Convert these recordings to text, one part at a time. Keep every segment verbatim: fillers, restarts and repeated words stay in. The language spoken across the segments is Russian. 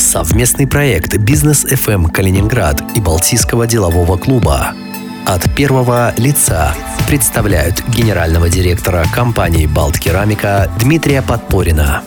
Совместный проект «Бизнес эф эм Калининград» и Балтийского делового клуба. От первого лица представляют генерального директора компании «Балткерамика» Дмитрия Подпорина.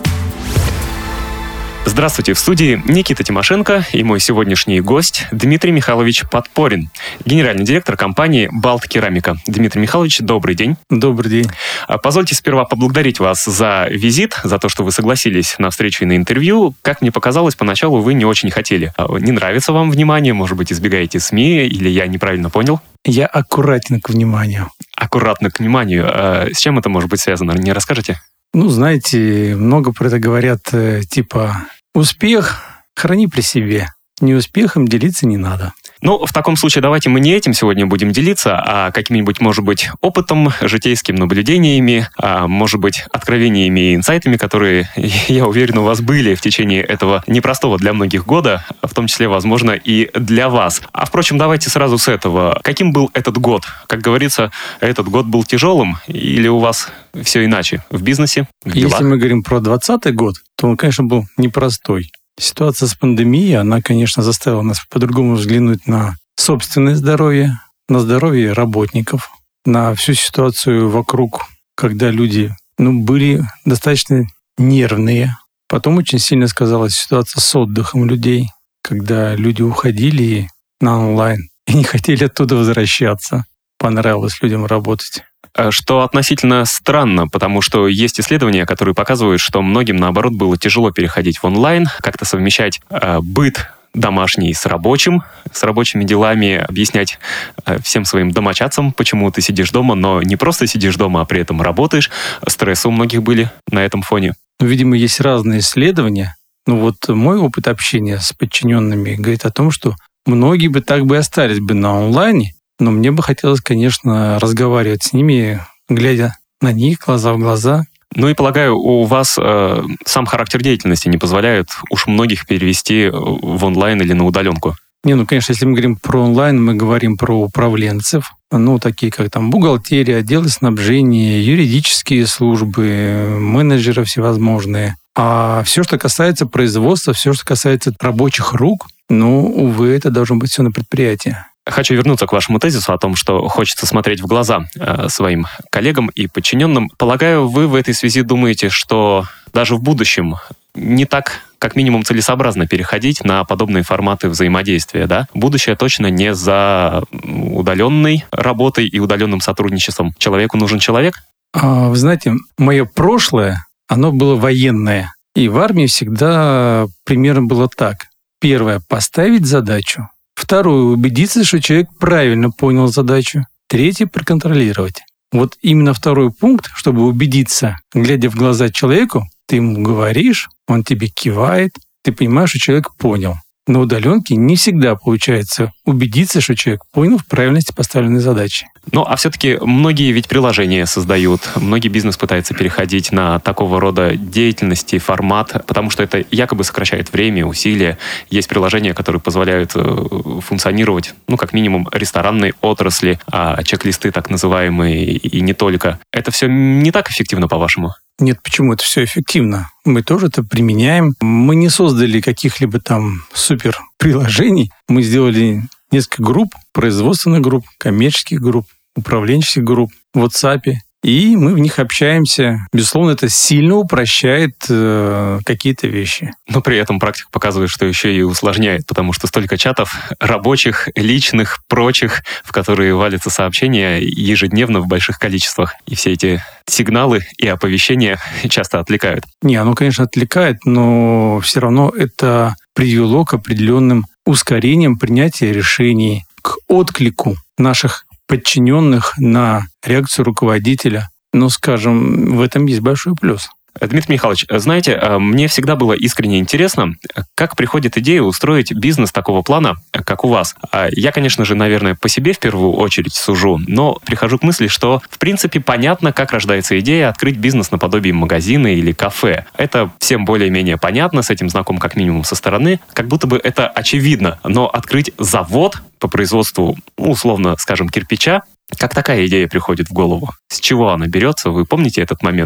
Здравствуйте, в студии Никита Тимошенко и мой сегодняшний гость Дмитрий Михайлович Подпорин, генеральный директор компании «Балткерамика». Дмитрий Михайлович, добрый день. Добрый день. Позвольте сперва поблагодарить вас за визит, за то, что вы согласились на встречу и на интервью. Как мне показалось, поначалу вы не очень хотели. Не нравится вам внимание, может быть, избегаете СМИ, или я неправильно понял? Я аккуратен к вниманию. Аккуратно к вниманию. С чем это может быть связано? Не расскажете? Ну, знаете, много про это говорят, типа, успех храни при себе, неуспехом делиться не надо. Ну, в таком случае давайте мы не этим сегодня будем делиться, а каким-нибудь, может быть, опытом, житейскими наблюдениями, а, может быть, откровениями и инсайтами, которые, я уверен, у вас были в течение этого непростого для многих года, в том числе, возможно, и для вас. А, впрочем, давайте сразу с этого. Каким был этот год? Как говорится, этот год был тяжелым или у вас все иначе в бизнесе, в делах? Если мы говорим про двадцатый год, то он, конечно, был непростой. Ситуация с пандемией, она, конечно, заставила нас по-другому взглянуть на собственное здоровье, на здоровье работников, на всю ситуацию вокруг, когда люди ну, были достаточно нервные. Потом очень сильно сказалась ситуация с отдыхом людей, когда люди уходили на онлайн и не хотели оттуда возвращаться. Понравилось людям работать. Что относительно странно, потому что есть исследования, которые показывают, что многим, наоборот, было тяжело переходить в онлайн, как-то совмещать э, быт домашний с рабочим, с рабочими делами, объяснять э, всем своим домочадцам, почему ты сидишь дома, но не просто сидишь дома, а при этом работаешь. Стрессы у многих были на этом фоне. Ну, видимо, есть разные исследования. Ну вот мой опыт общения с подчиненными говорит о том, что многие бы так бы и остались бы на онлайне, но мне бы хотелось, конечно, разговаривать с ними, глядя на них глаза в глаза. Ну и, полагаю, у вас э, сам характер деятельности не позволяет уж многих перевести в онлайн или на удаленку. Не, ну, конечно, если мы говорим про онлайн, мы говорим про управленцев, ну, такие как там бухгалтерия, отделы снабжения, юридические службы, менеджеры всевозможные. А все, что касается производства, все, что касается рабочих рук, ну, увы, это должно быть все на предприятии. Хочу вернуться к вашему тезису о том, что хочется смотреть в глаза э, своим коллегам и подчиненным. Полагаю, вы в этой связи думаете, что даже в будущем не так, как минимум, целесообразно переходить на подобные форматы взаимодействия, да? Будущее точно не за удаленной работой и удаленным сотрудничеством. Человеку нужен человек? А, вы знаете, мое прошлое, оно было военное. И в армии всегда примерно было так. Первое — поставить задачу. Второе — убедиться, что человек правильно понял задачу. Третье — проконтролировать. Вот именно второй пункт, чтобы убедиться, глядя в глаза человеку, ты ему говоришь, он тебе кивает, ты понимаешь, что человек понял. На удаленке не всегда получается убедиться, что человек понял в правильности поставленной задачи. Ну, а все-таки многие ведь приложения создают, многие бизнес пытаются переходить на такого рода деятельности, формат, потому что это якобы сокращает время, усилия. Есть приложения, которые позволяют функционировать, ну, как минимум, ресторанной отрасли, а чек-листы так называемые, и не только. Это все не так эффективно, по-вашему? Нет, почему? Это все эффективно. Мы тоже это применяем. Мы не создали каких-либо там супер приложений. Мы сделали несколько групп, производственных групп, коммерческих групп, управленческих групп в WhatsApp. И мы в них общаемся. Безусловно, это сильно упрощает э, какие-то вещи. Но при этом практика показывает, что еще и усложняет, потому что столько чатов рабочих, личных, прочих, в которые валятся сообщения ежедневно в больших количествах. И все эти сигналы и оповещения часто отвлекают. Не, оно, конечно, отвлекает, но все равно это привело к определенным ускорениям принятия решений, к отклику наших подчиненных на реакцию руководителя. Но, скажем, в этом есть большой плюс. Дмитрий Михайлович, знаете, мне всегда было искренне интересно, как приходит идея устроить бизнес такого плана, как у вас. Я, конечно же, наверное, по себе в первую очередь сужу, но прихожу к мысли, что, в принципе, понятно, как рождается идея открыть бизнес наподобие магазина или кафе. Это всем более-менее понятно, с этим знаком как минимум со стороны, как будто бы это очевидно. Но открыть завод по производству, условно, скажем, кирпича, как такая идея приходит в голову? С чего она берется? Вы помните этот момент?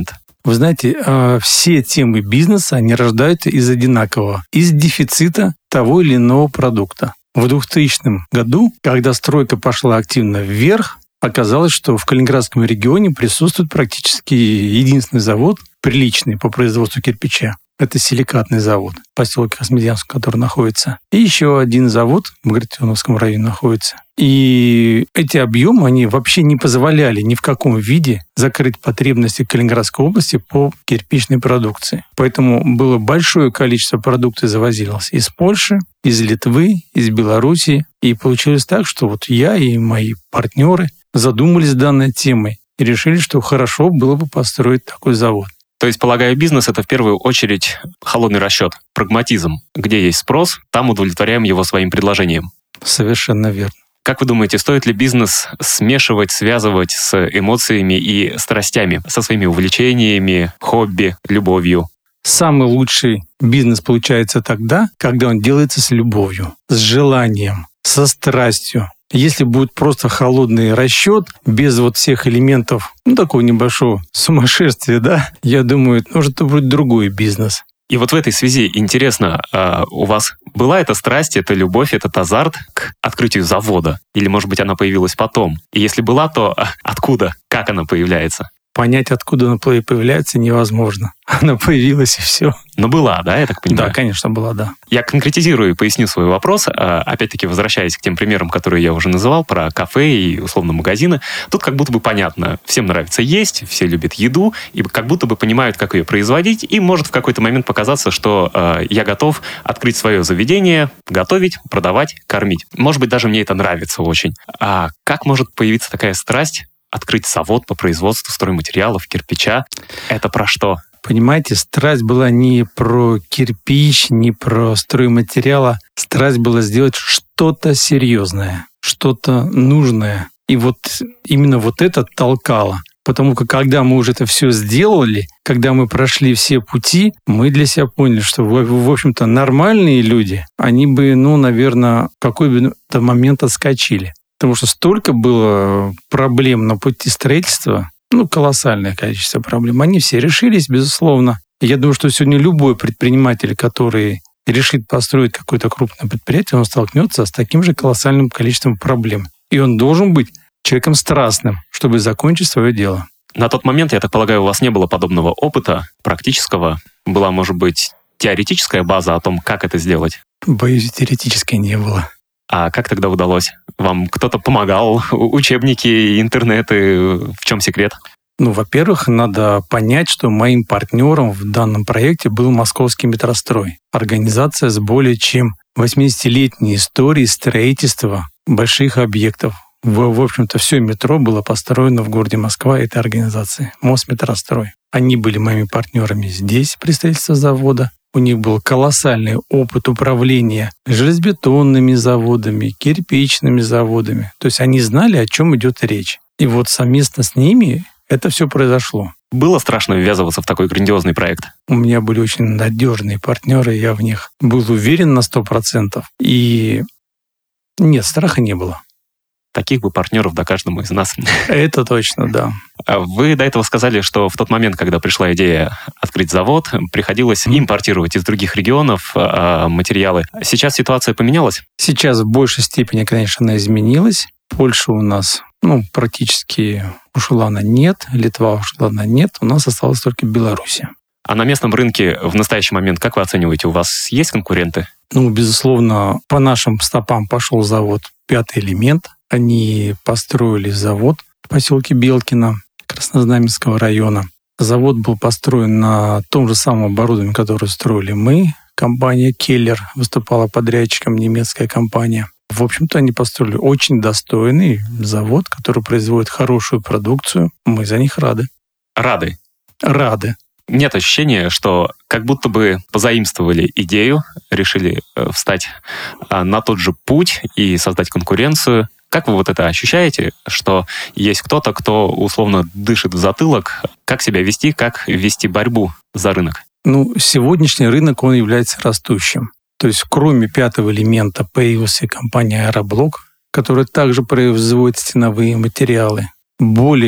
Вы знаете, все темы бизнеса, они рождаются из одинакового, из дефицита того или иного продукта. В двухтысячном году, когда стройка пошла активно вверх, оказалось, что в Калининградском регионе присутствует практически единственный завод, приличный по производству кирпича. Это силикатный завод в поселке Космодемьянск, который находится. И еще один завод в Багратионовском районе находится. И эти объемы, они вообще не позволяли ни в каком виде закрыть потребности Калининградской области по кирпичной продукции. Поэтому было большое количество продукции завозилось из Польши, из Литвы, из Белоруссии. И получилось так, что вот я и мои партнеры задумались данной темой и решили, что хорошо было бы построить такой завод. То есть, полагаю, бизнес — это в первую очередь холодный расчет, прагматизм. Где есть спрос, там удовлетворяем его своим предложением. Совершенно верно. Как вы думаете, стоит ли бизнес смешивать, связывать с эмоциями и страстями, со своими увлечениями, хобби, любовью? Самый лучший бизнес получается тогда, когда он делается с любовью, с желанием, со страстью. Если будет просто холодный расчет, без вот всех элементов, ну, такого небольшого сумасшествия, да, я думаю, может, это будет другой бизнес. И вот в этой связи интересно, у вас была эта страсть, эта любовь, этот азарт к открытию завода? Или, может быть, она появилась потом? И если была, то откуда? Как она появляется? Понять, откуда она появляется, невозможно. Она появилась, и все. Но была, да, я так понимаю? Да, конечно, была, да. Я конкретизирую и поясню свой вопрос. Опять-таки, возвращаясь к тем примерам, которые я уже называл, про кафе и, условно, магазины. Тут как будто бы понятно. Всем нравится есть, все любят еду, и как будто бы понимают, как ее производить, и может в какой-то момент показаться, что э, я готов открыть свое заведение, готовить, продавать, кормить. Может быть, даже мне это нравится очень. А как может появиться такая страсть открыть завод по производству стройматериалов, кирпича? Это про что? Понимаете, страсть была не про кирпич, не про стройматериалы. Страсть была сделать что-то серьезное, что-то нужное. И вот именно вот это толкало. Потому как когда мы уже это все сделали, когда мы прошли все пути, мы для себя поняли, что, в общем-то, нормальные люди, они бы, ну, наверное, в какой-то момент отскочили. Потому что столько было проблем на пути строительства, ну, колоссальное количество проблем. Они все решились, безусловно. Я думаю, что сегодня любой предприниматель, который решит построить какое-то крупное предприятие, он столкнется с таким же колоссальным количеством проблем. И он должен быть человеком страстным, чтобы закончить свое дело. На тот момент, я так полагаю, у вас не было подобного опыта практического? Была, может быть, теоретическая база о том, как это сделать? Боюсь, теоретической не было. А как тогда удалось? Вам кто-то помогал? Учебники, интернеты? В чем секрет? Ну, во-первых, надо понять, что моим партнером в данном проекте был Московский метрострой. Организация с более чем восьмидесятилетней историей строительства больших объектов. В, в общем-то, все метро было построено в городе Москва этой организации. Мосметрострой. Они были моими партнерами здесь, при строительстве завода. У них был колоссальный опыт управления железобетонными заводами, кирпичными заводами. То есть они знали, о чем идет речь. И вот совместно с ними это все произошло. Было страшно ввязываться в такой грандиозный проект? У меня были очень надежные партнеры, я в них был уверен на сто процентов. И нет, страха не было. Таких бы партнеров до каждому из нас. Это точно, да. Вы до этого сказали, что в тот момент, когда пришла идея открыть завод, приходилось mm. импортировать из других регионов э, материалы. Сейчас ситуация поменялась? Сейчас в большей степени, конечно, она изменилась. Польша у нас ну, практически ушла на нет, Литва ушла на нет, у нас осталась только Белоруссия. А на местном рынке в настоящий момент, как вы оцениваете, у вас есть конкуренты? Ну, безусловно, по нашим стопам пошел завод «Пятый элемент». Они построили завод в поселке Белкино Краснознаменского района. Завод был построен на том же самом оборудовании, которое строили мы. Компания «Келлер» выступала подрядчиком, немецкая компания. В общем-то, они построили очень достойный завод, который производит хорошую продукцию. Мы за них рады. Рады? Рады. Нет ощущения, что как будто бы позаимствовали идею, решили встать на тот же путь и создать конкуренцию. Как вы вот это ощущаете, что есть кто-то, кто условно дышит в затылок? Как себя вести, как вести борьбу за рынок? Ну, сегодняшний рынок, он является растущим. То есть кроме «Пятого элемента» появилась и компания «Аэроблок», которая также производит стеновые материалы. Более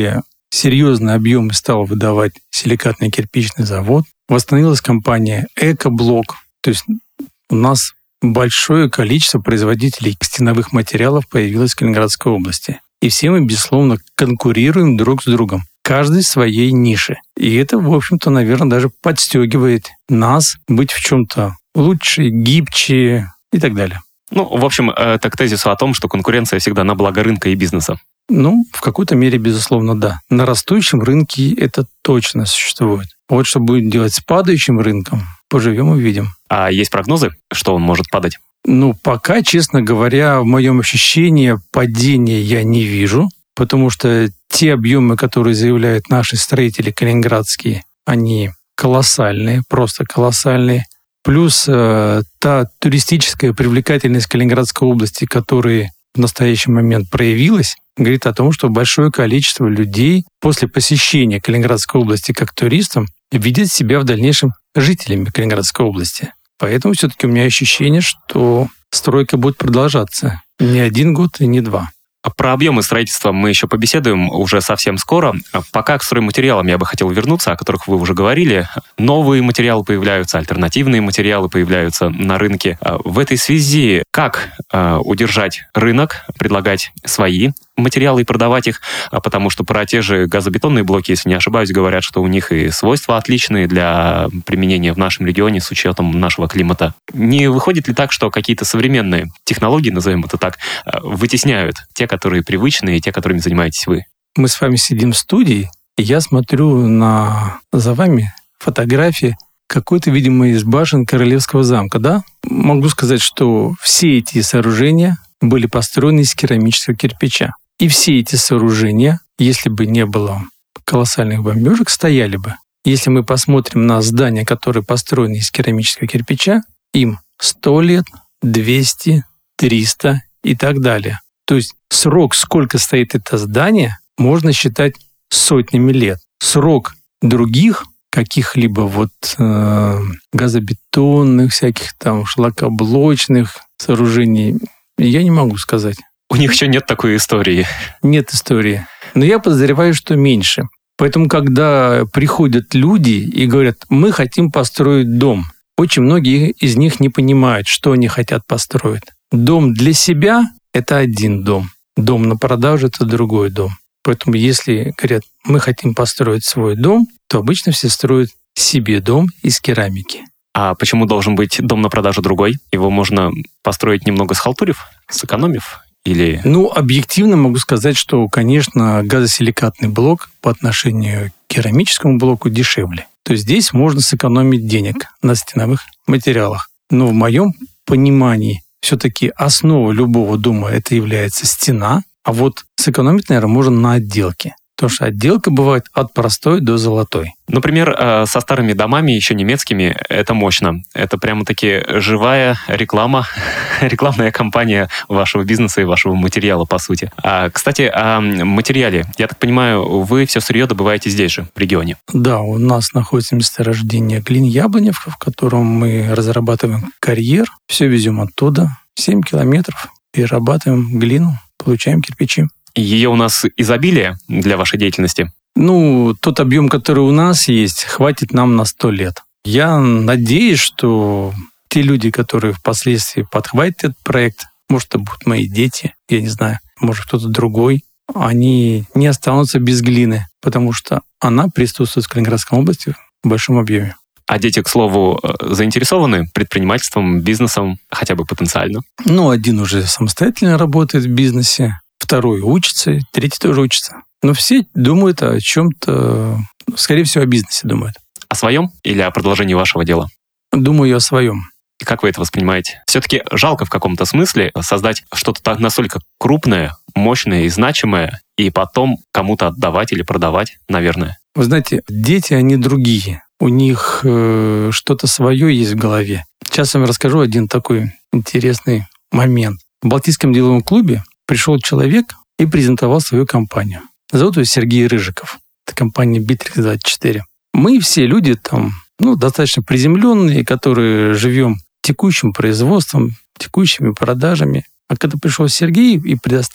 серьезные объемы стал выдавать силикатный кирпичный завод. Восстановилась компания «Экоблок». То есть у нас большое количество производителей стеновых материалов появилось в Калининградской области. И все мы, безусловно, конкурируем друг с другом. Каждый в своей нише. И это, в общем-то, наверное, даже подстегивает нас быть в чем-то лучше, гибче и так далее. Ну, в общем, это к тезису о том, что конкуренция всегда на благо рынка и бизнеса. Ну, в какой-то мере, безусловно, да. На растущем рынке это точно существует. Вот что будет делать с падающим рынком, поживем увидим. А есть прогнозы, что он может падать? Ну, пока, честно говоря, в моем ощущении падения я не вижу, потому что те объемы, которые заявляют наши строители калининградские, они колоссальные, просто колоссальные. Плюс э, та туристическая привлекательность Калининградской области, которая в настоящий момент проявилась, говорит о том, что большое количество людей после посещения Калининградской области как туристам видят себя в дальнейшем жителями Калининградской области. Поэтому все-таки у меня ощущение, что стройка будет продолжаться не один год и не два. Про объемы строительства мы еще побеседуем уже совсем скоро. Пока к стройматериалам я бы хотел вернуться, о которых вы уже говорили. Новые материалы появляются, альтернативные материалы появляются на рынке. В этой связи как удержать рынок, предлагать свои материалы и продавать их? Потому что про те же газобетонные блоки, если не ошибаюсь, говорят, что у них и свойства отличные для применения в нашем регионе с учетом нашего климата. Не выходит ли так, что какие-то современные технологии, назовем это так, вытесняют те, которые привычные, и те, которыми занимаетесь вы? Мы с вами сидим в студии, и я смотрю на за вами фотографии какой-то, видимо, из башен Королевского замка, да? Могу сказать, что все эти сооружения были построены из керамического кирпича. И все эти сооружения, если бы не было колоссальных бомбежек, стояли бы. Если мы посмотрим на здания, которые построены из керамического кирпича, им сто лет, двести, триста и так далее. То есть срок, сколько стоит это здание, можно считать сотнями лет. Срок других каких-либо вот э, газобетонных, всяких там шлакоблочных сооружений я не могу сказать. У них еще нет такой истории. Нет истории. Но я подозреваю, что меньше. Поэтому, когда приходят люди и говорят, мы хотим построить дом, очень многие из них не понимают, что они хотят построить. Дом для себя — это один дом. Дом на продажу — это другой дом. Поэтому, если говорят, мы хотим построить свой дом, то обычно все строят себе дом из керамики. А почему должен быть дом на продажу другой? Его можно построить немного схалтурив, сэкономив? Или... Ну, объективно могу сказать, что, конечно, газосиликатный блок по отношению к керамическому блоку дешевле. То есть здесь можно сэкономить денег на стеновых материалах. Но в моем понимании все-таки основа любого дома это является стена, а вот сэкономить, наверное, можно на отделке. Потому что отделка бывает от простой до золотой. Например, со старыми домами, еще немецкими, это мощно. Это прямо-таки живая реклама, рекламная кампания вашего бизнеса и вашего материала, по сути. А, кстати, о материале. Я так понимаю, вы все сырье добываете здесь же, в регионе? Да, у нас находится месторождение Глин-Яблоневка, в котором мы разрабатываем карьер. Все везем оттуда. семь километров. Перерабатываем глину, получаем кирпичи. Ее у нас изобилие для вашей деятельности? Ну, тот объем, который у нас есть, хватит нам на сто лет. Я надеюсь, что те люди, которые впоследствии подхватят этот проект, может, это будут мои дети, я не знаю, может, кто-то другой, они не останутся без глины, потому что она присутствует в Калининградской области в большом объеме. А дети, к слову, заинтересованы предпринимательством, бизнесом, хотя бы потенциально? Ну, один уже самостоятельно работает в бизнесе, второй учится, третий тоже учится. Но все думают о чем-то, скорее всего, о бизнесе думают. О своем или о продолжении вашего дела? Думаю о своем. И как вы это воспринимаете? Все-таки жалко в каком-то смысле создать что-то настолько крупное, мощное и значимое, и потом кому-то отдавать или продавать, наверное. Вы знаете, дети, они другие. У них э, что-то свое есть в голове. Сейчас я вам расскажу один такой интересный момент. В Балтийском деловом клубе пришел человек и презентовал свою компанию. Зовут его Сергей Рыжиков. Это компания Битрикс двадцать четыре. Мы все люди там, ну, достаточно приземленные, которые живем текущим производством, текущими продажами. А когда пришел Сергей и предоставил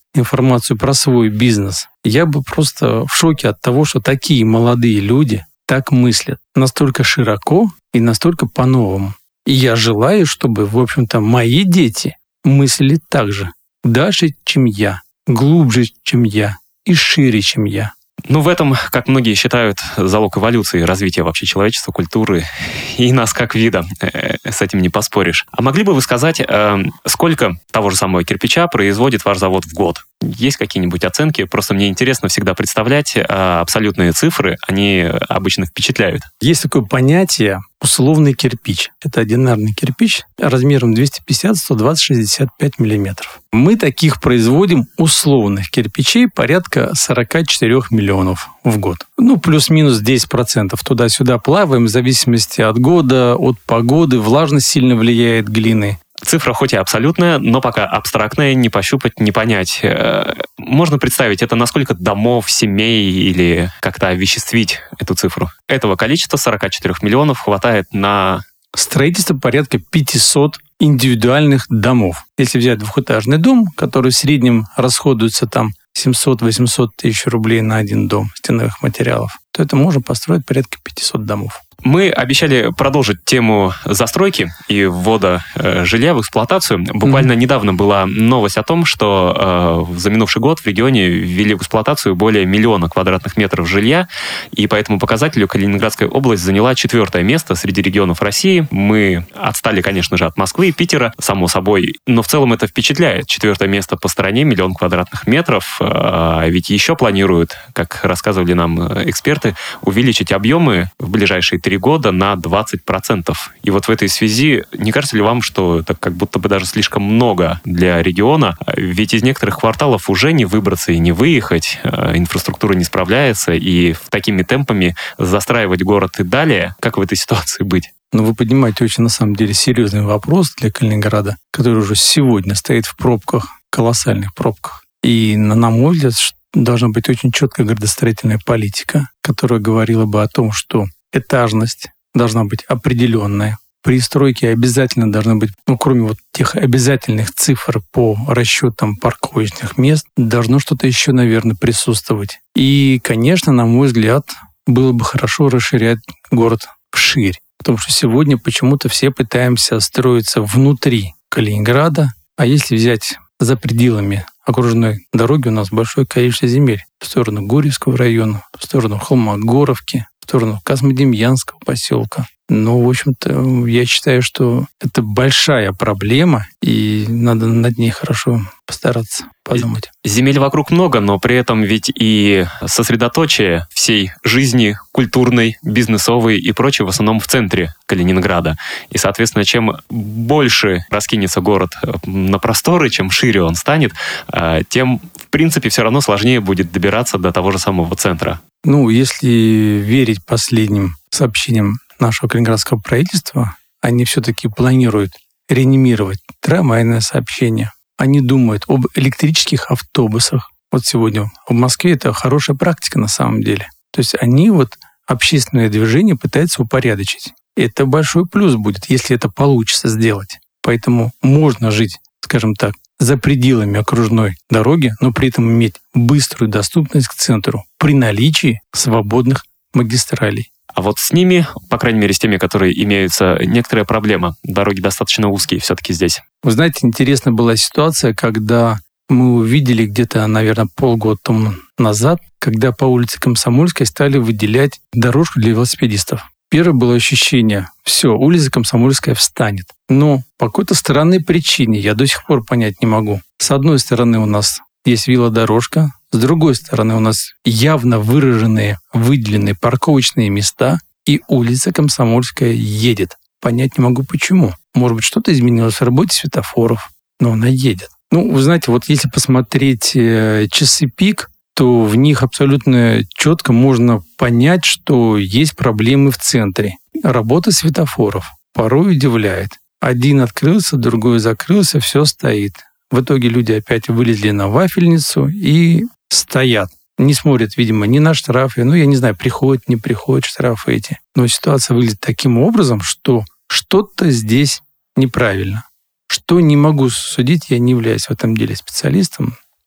информацию про свой бизнес, я бы просто в шоке от того, что такие молодые люди так мыслят. Настолько широко и настолько по-новому. И я желаю, чтобы, в общем-то, мои дети мыслили так же. Дальше, чем я, глубже, чем я и шире, чем я. Ну, в этом, как многие считают, залог эволюции, развития вообще человечества, культуры и нас как вида. С этим не поспоришь. А могли бы вы сказать, сколько того же самого кирпича производит ваш завод в год? Есть какие-нибудь оценки? Просто мне интересно всегда представлять абсолютные цифры. Они обычно впечатляют. Есть такое понятие условный кирпич. Это одинарный кирпич размером двести пятьдесят, сто двадцать, шестьдесят пять миллиметров. Мы таких производим условных кирпичей порядка сорок четыре миллионов в год. Ну, плюс-минус десять процентов туда-сюда плаваем в зависимости от года, от погоды. Влажность сильно влияет глины. Цифра хоть и абсолютная, но пока абстрактная, не пощупать, не понять. Можно представить, это насколько домов, семей или как-то овеществить эту цифру. Этого количества сорок четыре миллионов хватает на... Строительство порядка пятьсот индивидуальных домов. Если взять двухэтажный дом, который в среднем расходуется там семьсот-восемьсот тысяч рублей на один дом стеновых материалов, то это можно построить порядка пятьсот домов. Мы обещали продолжить тему застройки и ввода э, жилья в эксплуатацию. Буквально mm-hmm. недавно была новость о том, что э, за минувший год в регионе ввели в эксплуатацию более миллиона квадратных метров жилья, и по этому показателю Калининградская область заняла четвертое место среди регионов России. Мы отстали, конечно же, от Москвы и Питера, само собой, но в целом это впечатляет. Четвертое место по стране, миллион квадратных метров, э, ведь еще планируют, как рассказывали нам эксперты, увеличить объемы в ближайшие три года на двадцать процентов. И вот в этой связи, не кажется ли вам, что это как будто бы даже слишком много для региона? Ведь из некоторых кварталов уже не выбраться и не выехать, инфраструктура не справляется, и такими темпами застраивать город и далее, как в этой ситуации быть? Но вы поднимаете очень, на самом деле, серьезный вопрос для Калининграда, который уже сегодня стоит в пробках, колоссальных пробках. И, на мой взгляд, должна быть очень четкая градостроительная политика, которая говорила бы о том, что этажность должна быть определенная. При стройке обязательно должны быть, ну, кроме вот тех обязательных цифр по расчетам парковочных мест, должно что-то еще, наверное, присутствовать. И, конечно, на мой взгляд, было бы хорошо расширять город вширь. Потому что сегодня почему-то все пытаемся строиться внутри Калининграда, а если взять за пределами окружной дороги, у нас большое количество земель в сторону Гурьевского района, в сторону Холмогоровки, в сторону Космодемьянского поселка. Но, в общем-то, я считаю, что это большая проблема, и надо над ней хорошо постараться подумать. Земель вокруг много, но при этом ведь и сосредоточие всей жизни культурной, бизнесовой и прочей в основном в центре Калининграда. И, соответственно, чем больше раскинется город на просторы, чем шире он станет, тем, в принципе, все равно сложнее будет добираться до того же самого центра. Ну, если верить последним сообщениям нашего калининградского правительства, они все-таки планируют реанимировать трамвайное сообщение. Они думают об электрических автобусах. Вот сегодня в Москве это хорошая практика на самом деле. То есть они вот общественное движение пытаются упорядочить. Это большой плюс будет, если это получится сделать. Поэтому можно жить, скажем так, за пределами окружной дороги, но при этом иметь быструю доступность к центру при наличии свободных магистралей. А вот с ними, по крайней мере, с теми, которые имеются, некоторая проблема. Дороги достаточно узкие все-таки здесь. Вы знаете, интересная была ситуация, когда мы увидели где-то, наверное, полгода тому назад, когда по улице Комсомольской стали выделять дорожку для велосипедистов. Первое было ощущение, все, улица Комсомольская встанет. Но по какой-то странной причине, я до сих пор понять не могу. С одной стороны у нас есть велодорожка, с другой стороны у нас явно выраженные, выделенные парковочные места, и улица Комсомольская едет. Понять не могу почему. Может быть, что-то изменилось в работе светофоров, но она едет. Ну, вы знаете, вот если посмотреть часы пик, то в них абсолютно четко можно понять, что есть проблемы в центре. Работа светофоров порой удивляет. Один открылся, другой закрылся, все стоит. В итоге люди опять вылезли на вафельницу и стоят. Не смотрят, видимо, ни на штрафы. Ну, я не знаю, приходят, не приходят штрафы эти. Но ситуация выглядит таким образом, что что-то здесь неправильно. Что не могу судить, я не являюсь в этом деле специалистом.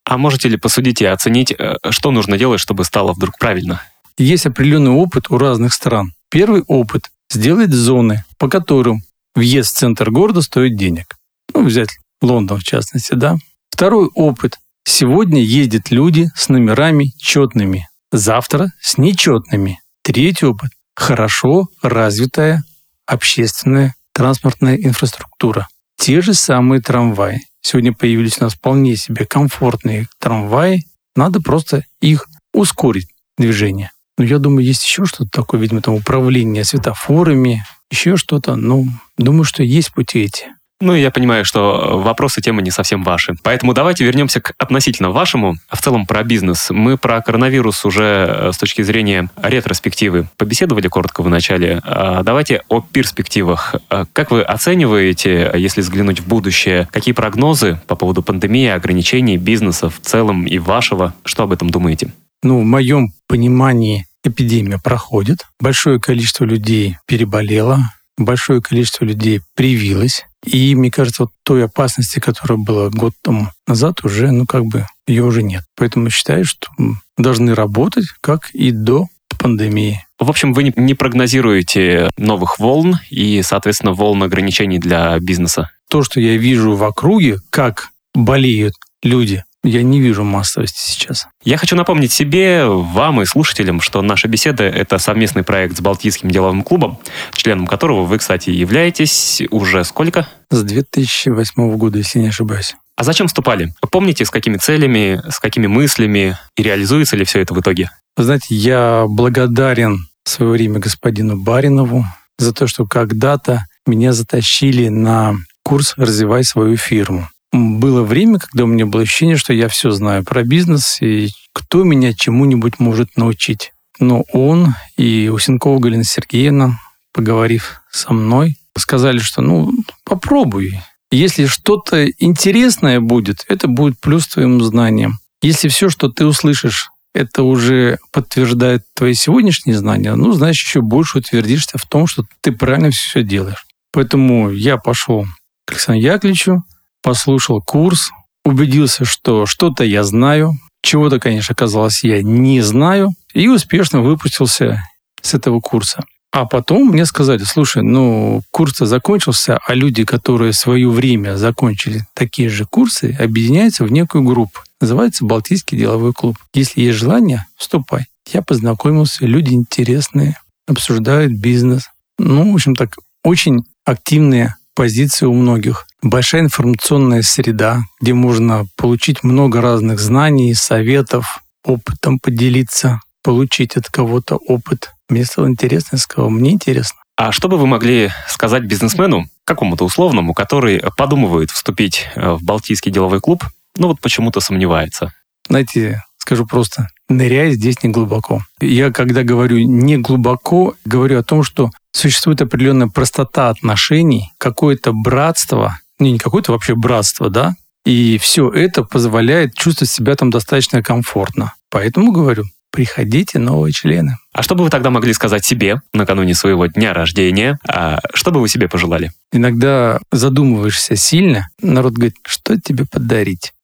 А можете ли посудить и оценить, что нужно делать, чтобы стало вдруг правильно? Есть определенный опыт у разных стран. Первый опыт – сделать зоны, по которым въезд в центр города стоит денег. Ну, взять Лондон в частности, да. Второй опыт. Сегодня ездят люди с номерами четными, завтра с нечетными. Третий опыт. Хорошо развитая общественная транспортная инфраструктура. Те же самые трамваи. Сегодня появились у нас вполне себе комфортные трамваи. Надо просто их ускорить, движение. Но я думаю, есть еще что-то такое, видимо, там управление светофорами, еще что-то. Ну, думаю, что есть пути эти. Ну, я понимаю, что вопросы, темы не совсем ваши. Поэтому давайте вернемся к относительно вашему, в целом про бизнес. Мы про коронавирус уже с точки зрения ретроспективы побеседовали коротко в начале. Давайте о перспективах. Как вы оцениваете, если взглянуть в будущее, какие прогнозы по поводу пандемии, ограничений бизнеса в целом и вашего? Что об этом думаете? Ну, в моем понимании эпидемия проходит. Большое количество людей переболело, большое количество людей привилось. И, мне кажется, вот той опасности, которая была год тому назад, уже, ну, как бы, ее уже нет. Поэтому считаю, что должны работать, как и до пандемии. В общем, вы не прогнозируете новых волн и, соответственно, волн ограничений для бизнеса? То, что я вижу в округе, как болеют люди, я не вижу массовости сейчас. Я хочу напомнить себе, вам и слушателям, что наша беседа — это совместный проект с Балтийским деловым клубом, членом которого вы, кстати, являетесь уже сколько? С две тысячи восьмого года, если не ошибаюсь. А зачем вступали? Помните, с какими целями, с какими мыслями и реализуется ли все это в итоге? Вы знаете, я благодарен в свое время господину Баринову за то, что когда-то меня затащили на курс «Развивай свою фирму». Было время, когда у меня было ощущение, что я все знаю про бизнес, и кто меня чему-нибудь может научить. Но он и Усенкова Галина Сергеевна, поговорив со мной, сказали, что ну попробуй. Если что-то интересное будет, это будет плюс твоим знаниям. Если все, что ты услышишь, это уже подтверждает твои сегодняшние знания, ну, значит, еще больше утвердишься в том, что ты правильно все делаешь. Поэтому я пошел к Александру Яковлевичу, послушал курс, убедился, что что-то я знаю, чего-то, конечно, оказалось, я не знаю, и успешно выпустился с этого курса. А потом мне сказали, слушай, ну, курс-то закончился, а люди, которые в свое время закончили такие же курсы, объединяются в некую группу. Называется Балтийский деловой клуб. Если есть желание, вступай. Я познакомился, люди интересные, обсуждают бизнес. Ну, в общем так, очень активные позиции у многих. Большая информационная среда, где можно получить много разных знаний, советов, опытом поделиться, получить от кого-то опыт. Мне стало интересно, я сказал, мне интересно. А что бы вы могли сказать бизнесмену, какому-то условному, который подумывает вступить в Балтийский деловой клуб, но вот почему-то сомневается? Знаете, скажу просто, ныряй здесь не глубоко. Я, когда говорю не глубоко, говорю о том, что существует определенная простота отношений, какое-то братство, не, не какое-то вообще братство, да, и все это позволяет чувствовать себя там достаточно комфортно. Поэтому говорю, приходите, новые члены. А что бы вы тогда могли сказать себе накануне своего дня рождения? А что бы вы себе пожелали? Иногда задумываешься сильно, народ говорит, что тебе подарить?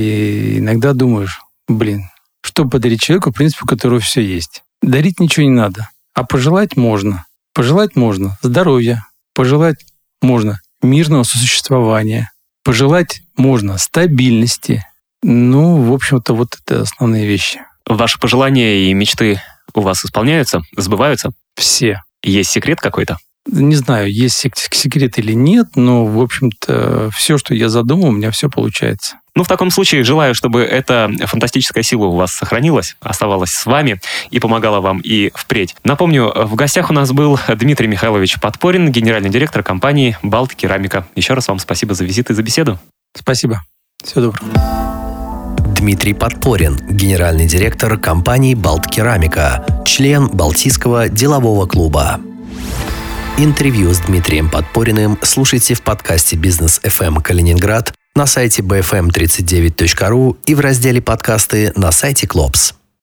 И иногда думаешь, блин, что подарить человеку, в принципе, у которого все есть? Дарить ничего не надо, а пожелать можно. Пожелать можно здоровья, пожелать можно мирного сосуществования, пожелать можно стабильности. Ну, в общем-то, вот это основные вещи. Ваши пожелания и мечты у вас исполняются, сбываются? Все. Есть секрет какой-то? Не знаю, есть секрет или нет, но, в общем-то, все, что я задумал, у меня все получается. Ну, в таком случае желаю, чтобы эта фантастическая сила у вас сохранилась, оставалась с вами и помогала вам и впредь. Напомню, в гостях у нас был Дмитрий Михайлович Подпорин, генеральный директор компании «Балт-Керамика». Еще раз вам спасибо за визит и за беседу. Спасибо. Всего доброго. Дмитрий Подпорин, генеральный директор компании «Балт-Керамика», член Балтийского делового клуба. Интервью с Дмитрием Подпориным слушайте в подкасте «Бизнес эф эм Калининград», на сайте би эф эм тридцать девять точка ру и в разделе «Подкасты» на сайте Клопс.